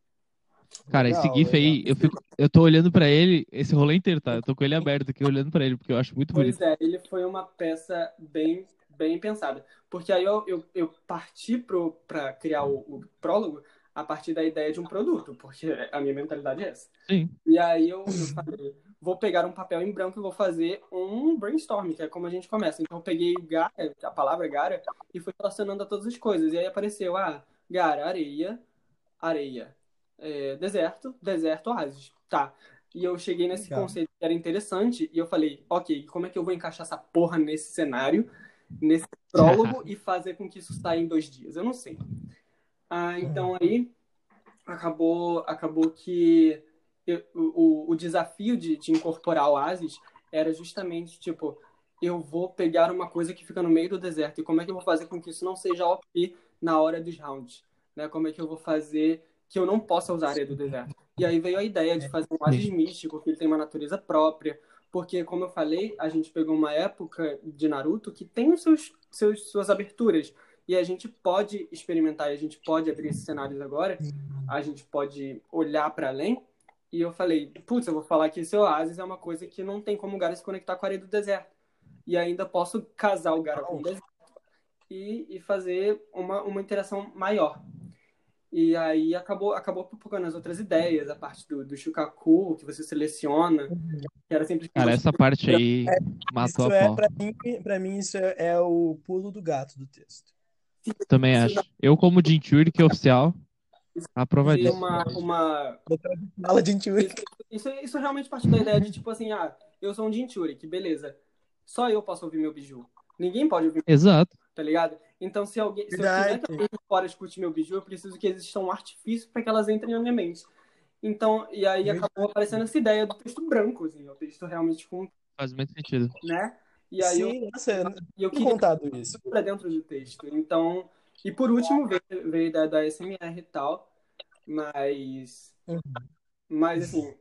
Cara, esse Legal, GIF aí, legal. eu, fico, eu tô olhando pra ele, esse rolê inteiro, tá? Eu tô com ele aberto aqui, olhando pra ele, porque eu acho muito Pois bonito. é, ele foi uma peça bem, bem pensada. Porque aí eu, eu, eu parti para criar o, o prólogo a partir da ideia de um produto, porque a minha mentalidade é essa. Sim. E aí eu, eu falei, vou pegar um papel em branco e vou fazer um brainstorm, que é como a gente começa. Então eu peguei Gara, a palavra Gara, e fui relacionando a todas as coisas. E aí apareceu, ah, Gara, areia, areia, é, deserto, deserto, oásis. Tá. E eu cheguei nesse Legal. conceito que era interessante e eu falei, ok, como é que eu vou encaixar essa porra nesse cenário, nesse prólogo e fazer com que isso saia em dois dias? Eu não sei. Ah, então aí acabou, acabou que eu, o, o desafio de, de incorporar oásis era justamente, tipo, eu vou pegar uma coisa que fica no meio do deserto e como é que eu vou fazer com que isso não seja O P na hora dos rounds? Né? Como é que eu vou fazer que eu não possa usar a areia do deserto? E aí veio a ideia de fazer um oásis místico, que ele tem uma natureza própria, porque, como eu falei, a gente pegou uma época de Naruto que tem os seus, seus, suas aberturas, e a gente pode experimentar, e a gente pode abrir esses cenários agora, a gente pode olhar para além. E eu falei, putz, eu vou falar que esse oásis é uma coisa que não tem como o Gara se conectar com a areia do deserto. E ainda posso casar o Gara com o deserto e, e fazer uma, uma interação maior. E aí acabou, acabou pipocando as outras ideias, a parte do, do Shukaku, que você seleciona, que era sempre... Cara, essa parte aí matou Isso a é, pau. pra mim, pra mim, isso é, é o pulo do gato do texto. Também acho. Eu, como Jinchuri, que é oficial, aprovadíssimo. Uma, uma... Fala de Intuit. Isso, isso, isso realmente parte da ideia de, tipo assim, ah, eu sou um Jinchuri, que beleza. Só eu posso ouvir meu biju. Ninguém pode ouvir, Exato. tá ligado? Então, se, alguém, se eu Verdade. quiser que alguém de fora escute meu biju, eu preciso que exista um artifício para que elas entrem na minha mente. Então, e aí Verdade. acabou aparecendo essa ideia do texto branco, assim, o texto realmente com, Faz muito sentido. né? E aí eu, Sim, nossa, eu não e eu tinha queria contado isso. para dentro do texto. Então, e por último veio, veio da, da S M R e tal, mas, Uhum. mas assim,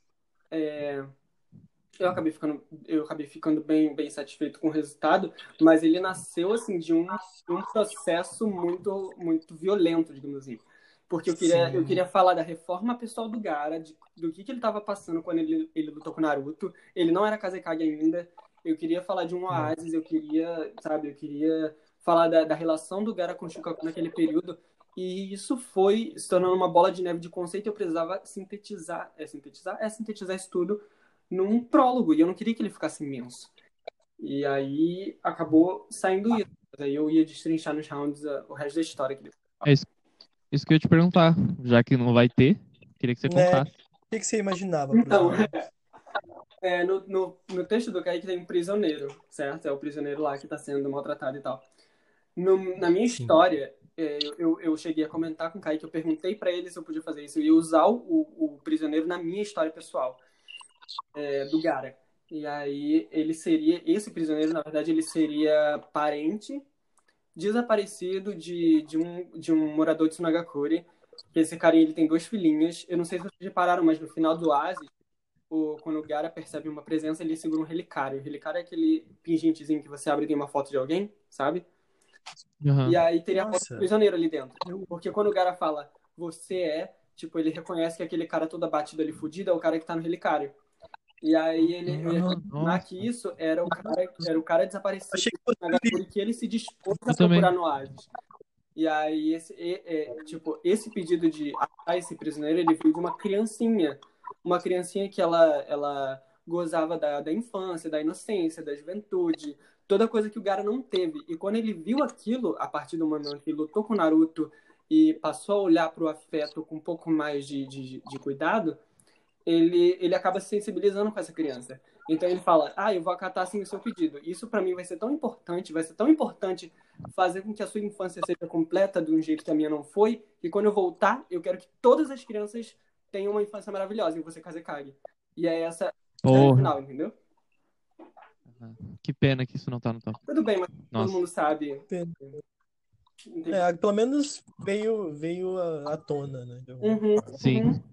é, eu acabei ficando, eu acabei ficando bem, bem satisfeito com o resultado, mas ele nasceu assim de um, de um processo muito, muito violento, digamos assim. Porque eu queria, Sim. eu queria falar da reforma pessoal do Gara, de, do que, que ele estava passando quando ele, ele lutou com o Naruto. Ele não era Kazekage ainda. Eu queria falar de um oásis, eu queria, sabe, eu queria falar da, da relação do Gara com o Shukaku naquele período. E isso foi se tornando uma bola de neve de conceito. Eu precisava sintetizar, é sintetizar, é sintetizar isso tudo num prólogo, e eu não queria que ele ficasse imenso. E aí acabou saindo isso. Aí eu ia destrinchar nos rounds uh, o resto da história. Que É isso, isso que eu ia te perguntar. Já que não vai ter, queria que você Né? contasse. O que, que você imaginava pros Então, rounds? é, no, no, no texto do Kaique tem um prisioneiro, certo? É o prisioneiro lá que está sendo maltratado e tal. No, na minha Sim. história, é, eu, eu cheguei a comentar com o Kaique, eu perguntei para ele se eu podia fazer isso. Eu ia usar o, o prisioneiro na minha história pessoal, é, do Gara. E aí ele seria, esse prisioneiro, na verdade, ele seria parente desaparecido de, de, um, de um morador de Sunagakure. Esse carinha, ele tem duas filhinhas. Eu não sei se vocês repararam, mas no final do Oasis, o, quando o Gara percebe uma presença, ele segura um relicário. O relicário é aquele pingentezinho que você abre e tem uma foto de alguém, sabe? Uhum. E aí teria a foto Nossa. do prisioneiro ali dentro. Porque quando o Gara fala, você é, tipo, ele reconhece que aquele cara todo abatido ali, fudido, é o cara que tá no relicário. E aí ele eu ia imaginar que isso era o cara, era o cara desaparecido Achei que fosse na Nagakure, que ele se dispôs a Eu também. procurar no Oasis. E aí esse, é, é, tipo, esse pedido de achar esse prisioneiro, ele veio de uma criancinha uma criancinha que ela, ela gozava da, da infância, da inocência, da juventude, toda coisa que o Gaara não teve. E quando ele viu aquilo, a partir do momento que ele lutou com o Naruto e passou a olhar para o afeto com um pouco mais de, de, de cuidado, ele, ele acaba se sensibilizando com essa criança. Então ele fala, ah, eu vou acatar assim o seu pedido. Isso para mim vai ser tão importante, vai ser tão importante fazer com que a sua infância seja completa de um jeito que a minha não foi, que quando eu voltar, eu quero que todas as crianças tenham uma infância maravilhosa e você Kazekage. E é essa a Porra. final, entendeu? Que pena que isso não tá no top. Tudo bem, mas Nossa. todo mundo sabe. Pena. É, pelo menos veio, veio à tona, né? Uhum, Sim. uhum.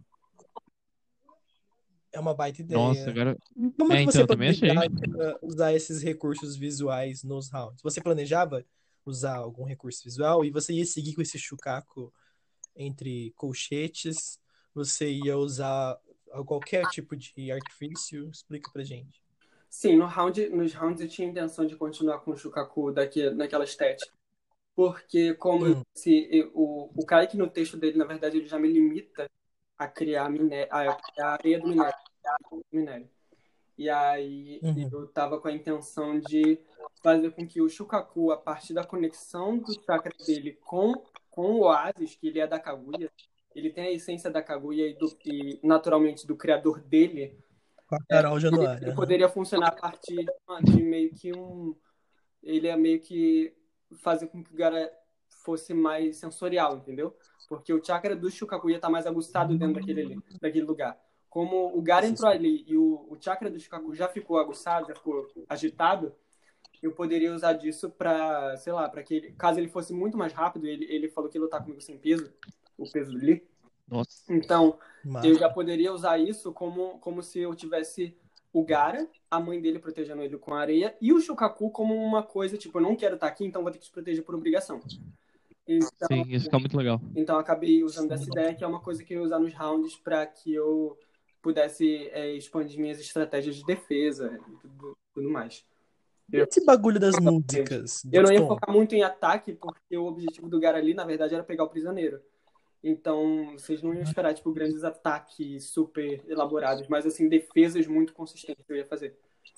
É uma baita ideia. Nossa, agora. Como É, que então, você eu também achei. planejava usar esses recursos visuais nos rounds? Você planejava usar algum recurso visual e você ia seguir com esse Shukaku entre colchetes? Você ia usar qualquer tipo de artifício? Explica pra gente. Sim, no round, nos rounds eu tinha a intenção de continuar com o Shukaku daqui, naquela estética. Porque, como eu Hum. disse, eu- o, o Kaique, no texto dele, na verdade, ele já me limita a criar, miné a, a areia do minério, do minério. E aí Uhum. eu tava com a intenção de fazer com que o Shukaku, a partir da conexão do chakra dele com, com o Oasis, que ele é da Kaguya, ele tem a essência da Kaguya e, do, e naturalmente do criador dele, Com a Carol ele, Januário. ele aham. poderia funcionar a partir de, uma- de meio que um... Ele é meio que fazer com que o Gaara fosse mais sensorial, entendeu? Porque o chakra do Shukakuya tá mais aguçado dentro daquele, ali- daquele lugar. Como o Gaara entrou ali e o, o chakra do Shukaku já ficou aguçado, já ficou agitado, eu poderia usar disso pra, sei lá, para que ele, caso ele fosse muito mais rápido, ele, ele falou que ia lutar comigo sem peso, o peso dele. Nossa. Então, Massa. eu já poderia usar isso como, como se eu tivesse o Gaara, a mãe dele protegendo ele com a areia, e o Shukaku como uma coisa, tipo, eu não quero estar aqui, então vou ter que te proteger por obrigação. Então, Sim, isso fica muito legal. então eu acabei usando essa ideia, que é uma coisa que eu ia usar nos rounds para que eu pudesse é, expandir minhas estratégias de defesa e tudo, tudo mais. E esse bagulho das músicas? Eu não ia Tom? focar muito em ataque, porque o objetivo do Gaara ali, na verdade, era pegar o prisioneiro. Então, vocês não iam esperar, tipo, grandes ataques super elaborados, mas, assim, defesas muito consistentes que eu ia fazer.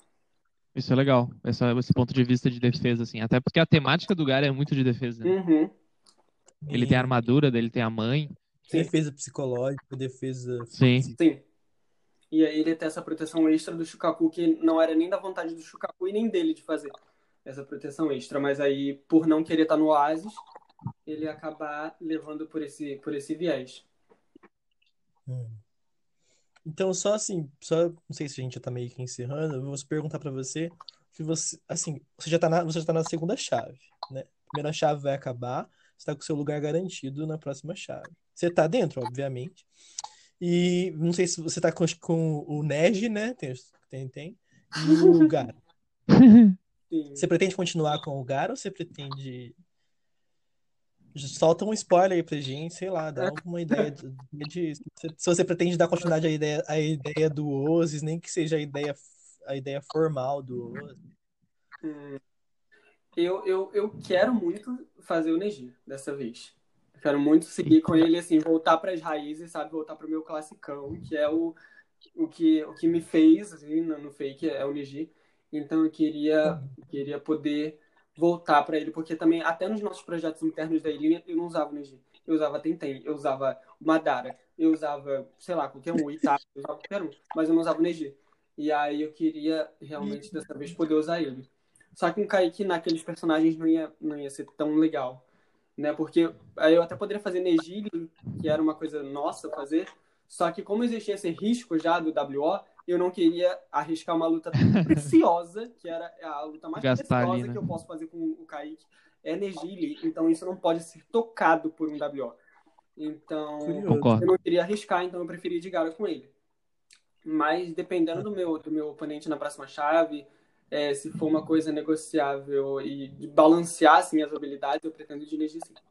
Isso é legal. Essa, esse ponto de vista de defesa, assim. Até porque a temática do Gaara é muito de defesa, né? Uhum. Ele tem a armadura dele, tem a mãe. Sim. Defesa psicológica, defesa Sim. física. Sim. E aí ele tem essa proteção extra do Shukaku, que não era nem da vontade do Shukaku e nem dele de fazer essa proteção extra. Mas aí, por não querer estar no oásis, ele ia acabar levando por esse, por esse viés. Hum. Então, só assim, só não sei se a gente já tá meio que encerrando, eu vou perguntar pra você se você, assim, você já tá na, você já tá na segunda chave, né? A primeira chave vai acabar, você tá com o seu lugar garantido na próxima chave. Você tá dentro, obviamente. E não sei se você tá com, com o Neji, né? Tem, tem, tem. E o Gaara. Sim. Você pretende continuar com o Gaara ou você pretende... Solta um spoiler aí pra gente, sei lá, dá alguma ideia de, de- se você pretende dar continuidade à ideia, à ideia do Ozzy, nem que seja a ideia, a ideia formal do Ozzy. Hum. Eu, eu, eu quero muito fazer o Neji dessa vez. Eu quero muito seguir com ele, assim, voltar para as raízes, sabe? Voltar para o meu classicão, que é o, o, que, o que me fez, assim, no, no fake, é o Neji. Então eu queria, queria poder voltar para ele, porque também, até nos nossos projetos internos da Ilha, eu não usava o Neji. Eu usava Tenten, eu usava o Madara, eu usava, sei lá, qualquer um, o Itachi, eu usava qualquer um, mas eu não usava o Neji. E aí eu queria realmente dessa vez poder usar ele. Só que um Kaique naqueles personagens não ia, não ia ser tão legal, né? Porque aí eu até poderia fazer Negiri, que era uma coisa nossa fazer, só que como existia esse risco já do W O, eu não queria arriscar uma luta tão preciosa, que era a luta mais Gastar ali, preciosa né? que eu posso fazer com o Kaique, é Negiri, então isso não pode ser tocado por um W O. Então, Curioso. Concordo. eu não queria arriscar, então eu preferi ir de Gaara com ele. Mas dependendo do meu, do meu oponente na próxima chave, é, se for uma coisa negociável e de balancear assim, as habilidades, eu pretendo de Neji sim.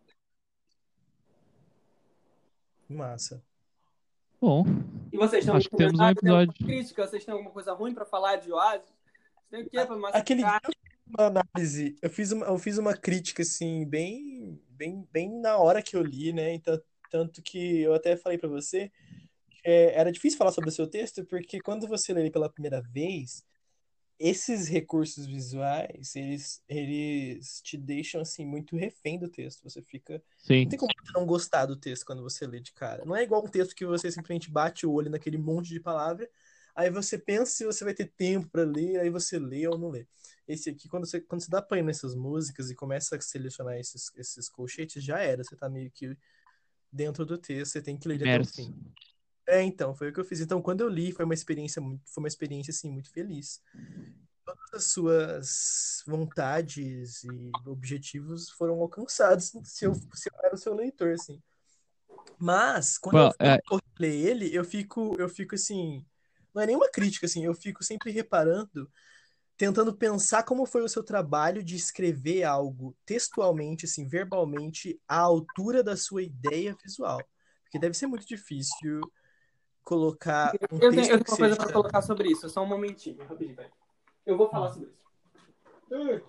Massa. Bom, E vocês têm acho que algum temos um comentário, tem alguma episódio. crítica? Vocês têm alguma coisa ruim pra falar de Oasis? Vocês têm o quê pra Aquele dia massacrar? eu fiz uma análise, eu fiz uma, eu fiz uma crítica, assim, bem, bem, bem na hora que eu li, né? Então, tanto que eu até falei pra você, é, era difícil falar sobre o seu texto, porque quando você lê ele pela primeira vez, esses recursos visuais, eles, eles te deixam, assim, muito refém do texto. Você fica... Não Sim. tem como você não gostar do texto quando você lê de cara. Não é igual um texto que você simplesmente bate o olho naquele monte de palavra, aí você pensa se você vai ter tempo para ler, aí você lê ou não lê. Esse aqui, quando você, quando você dá play nessas músicas e começa a selecionar esses, esses colchetes, já era. Você tá meio que dentro do texto, você tem que ler ele até o Imerso. fim. É, então, foi o que eu fiz. Então, quando eu li, foi uma experiência muito, foi uma experiência, assim, muito feliz. Todas as suas vontades e objetivos foram alcançados se eu, se eu era o seu leitor, assim. Mas, quando eu, Well, quando é, eu leio ele, eu fico, eu fico assim... Não é nenhuma crítica, assim. Eu fico sempre reparando, tentando pensar como foi o seu trabalho de escrever algo textualmente, assim, verbalmente, à altura da sua ideia visual. Porque deve ser muito difícil colocar um Eu tenho, eu texto tenho que uma coisa seja... para colocar sobre isso, só um momentinho, rapidinho, peraí. Eu vou falar sobre isso.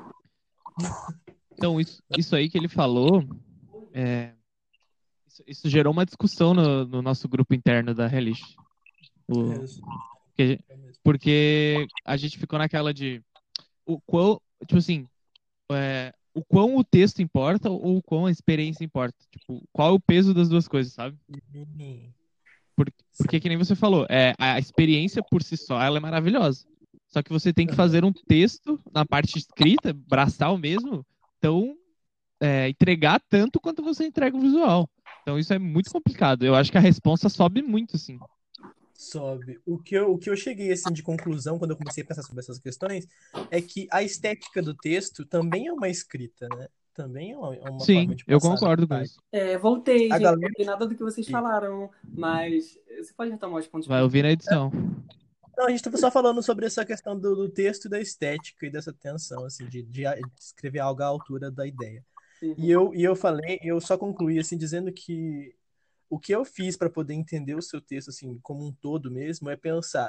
então, isso, isso aí que ele falou, é, isso, isso gerou uma discussão no, no nosso grupo interno da Relish. O, porque, porque a gente ficou naquela de o quão, tipo assim, é, o quão o texto importa ou o quão a experiência importa. Tipo, qual é o peso das duas coisas, sabe? Por- Porque, que nem você falou, é, a experiência por si só, ela é maravilhosa. Só que você tem que fazer um texto na parte escrita, braçal mesmo, então é, entregar tanto quanto você entrega o visual. Então isso é muito complicado. Eu acho que a resposta sobe muito, assim. Sobe. O que eu, o que eu cheguei assim de conclusão quando eu comecei a pensar sobre essas questões é que a estética do texto também é uma escrita, né? Também é uma, é uma forma Sim, de eu passar a concordo com mensagem. isso. É, voltei, A gente, não galera. voltei nada do que vocês falaram, mas você pode retomar os pontos Vai ouvir na edição. Não, a gente estava só falando sobre essa questão do, do texto e da estética e dessa tensão, assim, de, de, a- de escrever algo à altura da ideia. E Uhum. eu, e eu falei, eu só concluí, assim, dizendo que o que eu fiz para poder entender o seu texto, assim, como um todo mesmo, é pensar,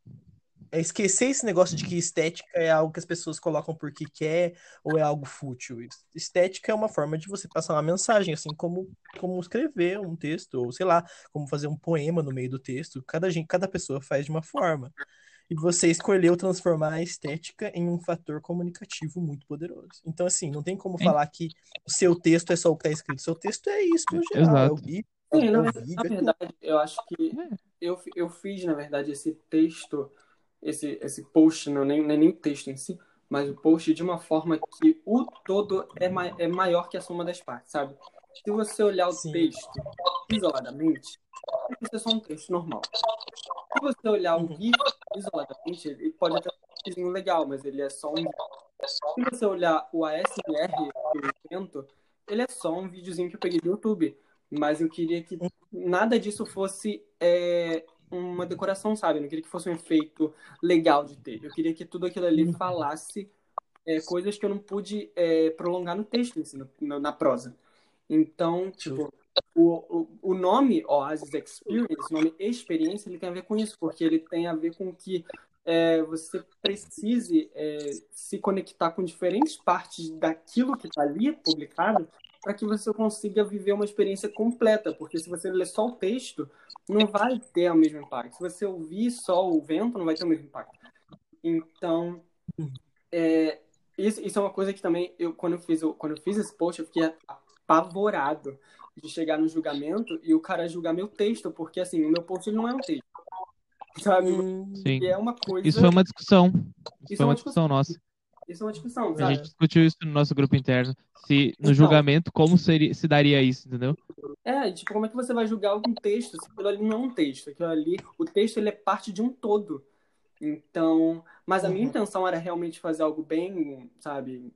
é esquecer esse negócio de que estética é algo que as pessoas colocam porque quer ou é algo fútil. Estética é uma forma de você passar uma mensagem, assim como, como escrever um texto, ou sei lá, como fazer um poema no meio do texto. Cada, gente, cada pessoa faz de uma forma. E você escolheu transformar a estética em um fator comunicativo muito poderoso. Então, assim, não tem como Sim, falar que o seu texto é só o que está escrito. O seu texto é isso, no geral. É o exato. livro, Sim, é na, o ver- na vídeo, é tudo. verdade, eu acho que É, eu, fi- eu fiz, na verdade, esse texto, esse, esse post, não, nem, nem nem o texto em si, mas o post de uma forma que o todo é, ma é maior que a soma das partes, sabe? Se você olhar o Sim. texto isoladamente, isso é só um texto normal. Se você olhar o Uhum. GIF isoladamente, ele pode até ser um GIFzinho legal, mas ele é só um GIF. Se você olhar o A S M R do evento, ele é só um videozinho que eu peguei do YouTube. Mas eu queria que nada disso fosse é, uma decoração, sabe? Eu não queria que fosse um efeito legal de ter. Eu queria que tudo aquilo ali falasse é, coisas que eu não pude é, prolongar no texto, assim, no- no- na prosa. Então, tipo, o, o, o nome Oasis Experience, o nome experiência, ele tem a ver com isso, porque ele tem a ver com que é, você precise é, se conectar com diferentes partes daquilo que está ali publicado para que você consiga viver uma experiência completa, porque se você ler só o texto, não vai ter o mesmo impacto. Se você ouvir só o vento, não vai ter o mesmo impacto. Então, é, isso, isso é uma coisa que também, eu, quando, eu fiz, o- quando eu fiz esse post, eu fiquei apavorado de chegar no julgamento e o cara julgar meu texto, porque assim, o meu post ele não é um texto, sabe? Hum, sim. E é uma Isso coisa. foi uma discussão. Isso Isso foi é uma uma discussão. discussão nossa. Isso é uma discussão, A sabe? gente discutiu isso no nosso grupo interno. Se no Então, julgamento, como seria, se daria isso, entendeu? é, tipo, como é que você vai julgar algum texto se aquilo ali não é um texto? Aquilo ali, o texto ele é parte de um todo. Então, mas a minha uhum. intenção era realmente fazer algo bem, sabe,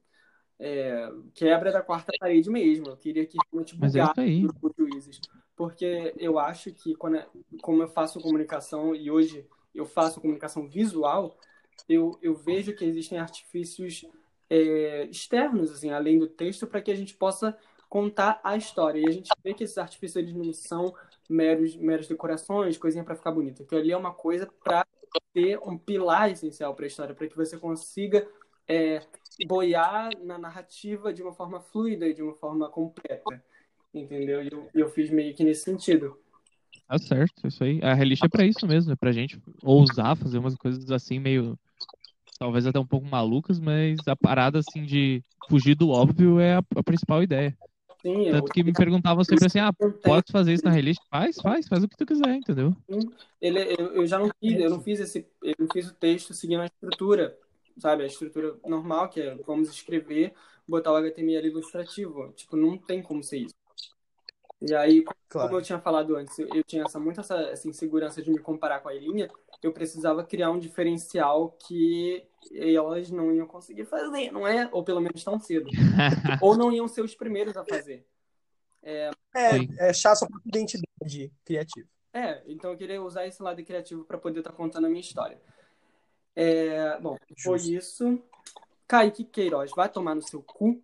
é, quebra da quarta parede mesmo. Eu queria que realmente Mas é isso bugasse aí. os juízes. Porque eu acho que, quando, como eu faço comunicação, e hoje eu faço comunicação visual, eu, eu vejo que existem artifícios é, externos, assim, além do texto, para que a gente possa contar a história. E a gente vê que esses artifícios eles não são meros, meras decorações, coisinha para ficar bonita. Aquilo ali é uma coisa para ter um pilar essencial para a história, para que você consiga é, boiar na narrativa de uma forma fluida e de uma forma completa, entendeu? E eu, eu fiz meio que nesse sentido. Tá certo, isso aí. A Relish é pra isso mesmo, é pra gente ousar fazer umas coisas assim, meio, talvez até um pouco malucas, mas a parada assim de fugir do óbvio é a, a principal ideia. Sim, eu, Tanto que me perguntavam sempre assim, ah, eu tenho, pode fazer isso na Relish? Faz, faz, faz o que tu quiser, entendeu? ele, eu, eu já não fiz, eu não fiz esse, eu não fiz o texto seguindo a estrutura, sabe? A estrutura normal, que é vamos escrever, botar o H T M L ilustrativo. Tipo, não tem como ser isso. E aí, como Claro. eu tinha falado antes, eu, eu tinha essa, muito essa, essa insegurança de me comparar com a Ilinha, eu precisava criar um diferencial que elas não iam conseguir fazer, não é? Ou pelo menos tão cedo. Ou não iam ser os primeiros a fazer. É, Sim. é achar sua própria identidade criativa. É, então eu queria usar esse lado criativo para poder estar contando a minha história. É, bom, foi Justo. isso. Kaique Queiroz, vai tomar no seu cu.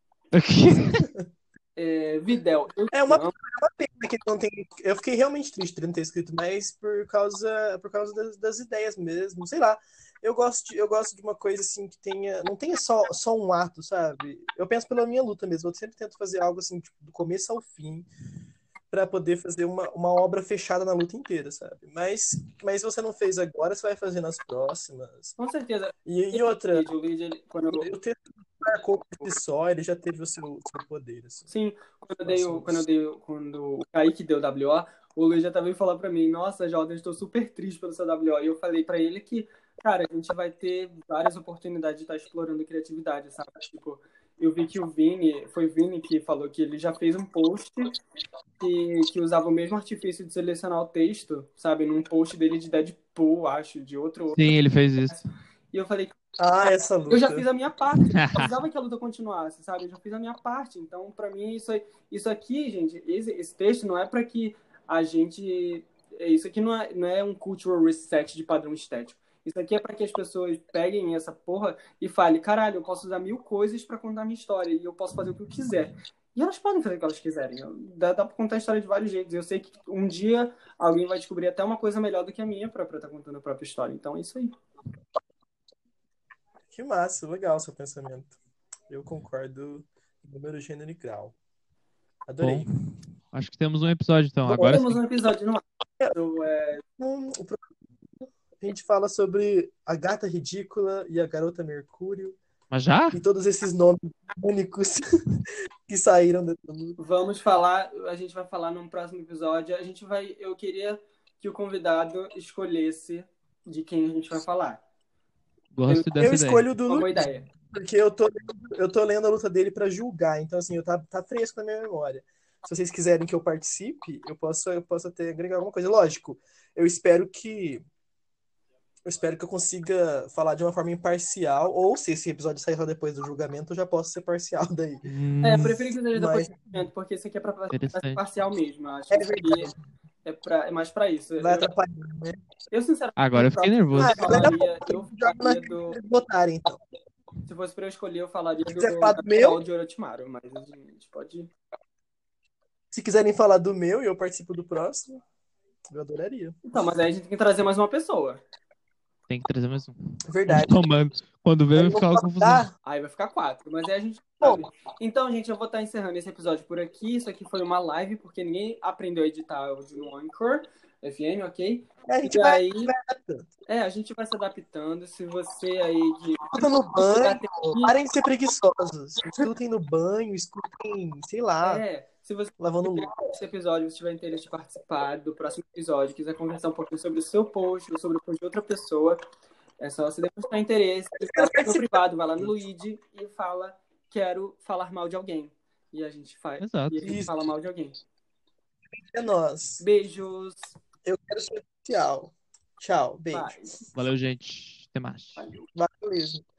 É, Videl, eu É uma, te amo. é uma pena que ele não tem. Eu fiquei realmente triste de ele não ter escrito, mas por causa, por causa das, das ideias mesmo. Sei lá. Eu gosto, de, eu gosto de uma coisa assim que tenha. Não tenha só, só um ato, sabe? Eu penso pela minha luta mesmo. Eu sempre tento fazer algo assim, tipo, do começo ao fim, pra poder fazer uma, uma obra fechada na luta inteira, sabe? Mas, mas você não fez agora, você vai fazer nas próximas. Com certeza. E, e outra, O Luigi, ele, quando eu, o texto marcou por si só, ele já teve o seu, seu poder. Assim. sim, quando eu dei o, quando eu dei o- quando o Kaique deu W O, o Luiz já também falou pra mim, nossa, Jordan, estou super triste pelo seu W O. E eu falei pra ele que, cara, a gente vai ter várias oportunidades de estar explorando criatividade, sabe? Tipo, eu vi que o Vini, foi o Vini que falou que ele já fez um post que, que usava o mesmo artifício de selecionar o texto, sabe? Num post dele de Deadpool, acho, de outro. Sim, ele fez isso. E eu falei, Ah, essa luta. eu já fiz a minha parte, eu não precisava que a luta continuasse, sabe? Eu já fiz a minha parte. Então, pra mim, isso, aí- isso aqui, gente, esse, esse texto não é pra que a gente. Isso aqui não é, não é um cultural reset de padrão estético. Isso aqui é pra que as pessoas peguem essa porra e falem, caralho, eu posso usar mil coisas pra contar a minha história e eu posso fazer o que eu quiser. E elas podem fazer o que elas quiserem. Dá, dá pra contar a história de vários jeitos. Eu sei que um dia alguém vai descobrir até uma coisa melhor do que a minha pra estar contando a própria história. Então é isso aí. Que massa, legal o seu pensamento. Eu concordo no número, gênero e grau. Adorei. Bom, acho que temos um episódio então. Bom, Agora Temos sim. um episódio no ar. Eu, é, Hum, o próximo a gente fala sobre a gata ridícula e a garota Mercúrio Mas já? e todos esses nomes únicos que saíram dessa luta. Vamos falar, a gente vai falar num próximo episódio. A gente vai, eu queria que o convidado escolhesse de quem a gente vai falar. Gosto dessa Eu ideia. escolho o do Uma boa Luiz, ideia. porque eu tô, eu tô lendo a luta dele pra julgar, então assim, eu tá, tá fresco na minha memória. Se vocês quiserem que eu participe, eu posso, eu posso até agregar alguma coisa. Lógico, eu espero que eu espero que eu consiga falar de uma forma imparcial, ou se esse episódio sair só depois do julgamento, eu já posso ser parcial daí. É, eu Hum, prefiro que seja Mas depois do momento, porque isso aqui é pra pra ser interessante. parcial mesmo. Eu acho é que isso aqui verdade, é, pra, é mais pra isso. vai Eu, atrapalhar, né? eu sinceramente, Agora eu fiquei eu nervoso. Ah, mas daqui a falaria, pouco eu eu jogo na falaria do. eles votarem, então. Se fosse pra eu escolher, eu falaria Se do quiser falar do Gabriel meu, de Orochimaru, mas a gente pode. se quiserem falar do meu e eu participo do próximo, eu adoraria. Então, mas aí a gente tem que trazer mais uma pessoa. Tem que trazer mais um. Verdade. Tomando. Quando vê, Aí vai não ficar uma posso confusão. dar. Aí vai ficar quatro, mas aí a gente Bom. sabe. Então, gente, eu vou estar encerrando esse episódio por aqui. Isso aqui foi uma live, porque ninguém aprendeu a editar áudio no Anchor F M, ok? A gente E vai, aí, vai adaptando. é, a gente vai se adaptando. Se você aí que Escuta no banho, parem de ser preguiçosos. Escutem no banho, escutem, sei lá, é, se você lavando tiver louça. esse episódio, se tiver interesse de participar do próximo episódio, quiser conversar um pouquinho sobre o seu post ou sobre o post de outra pessoa, é só você demonstrar interesse. Vai lá no privado, vai lá no Luigi e fala, quero falar mal de alguém. E a gente faz. Exato. E a gente Isso. fala mal de alguém. É nós. Beijos. Eu quero ser especial. Tchau, beijo. Bye. Valeu, gente. Até mais. Valeu. Valeu mesmo.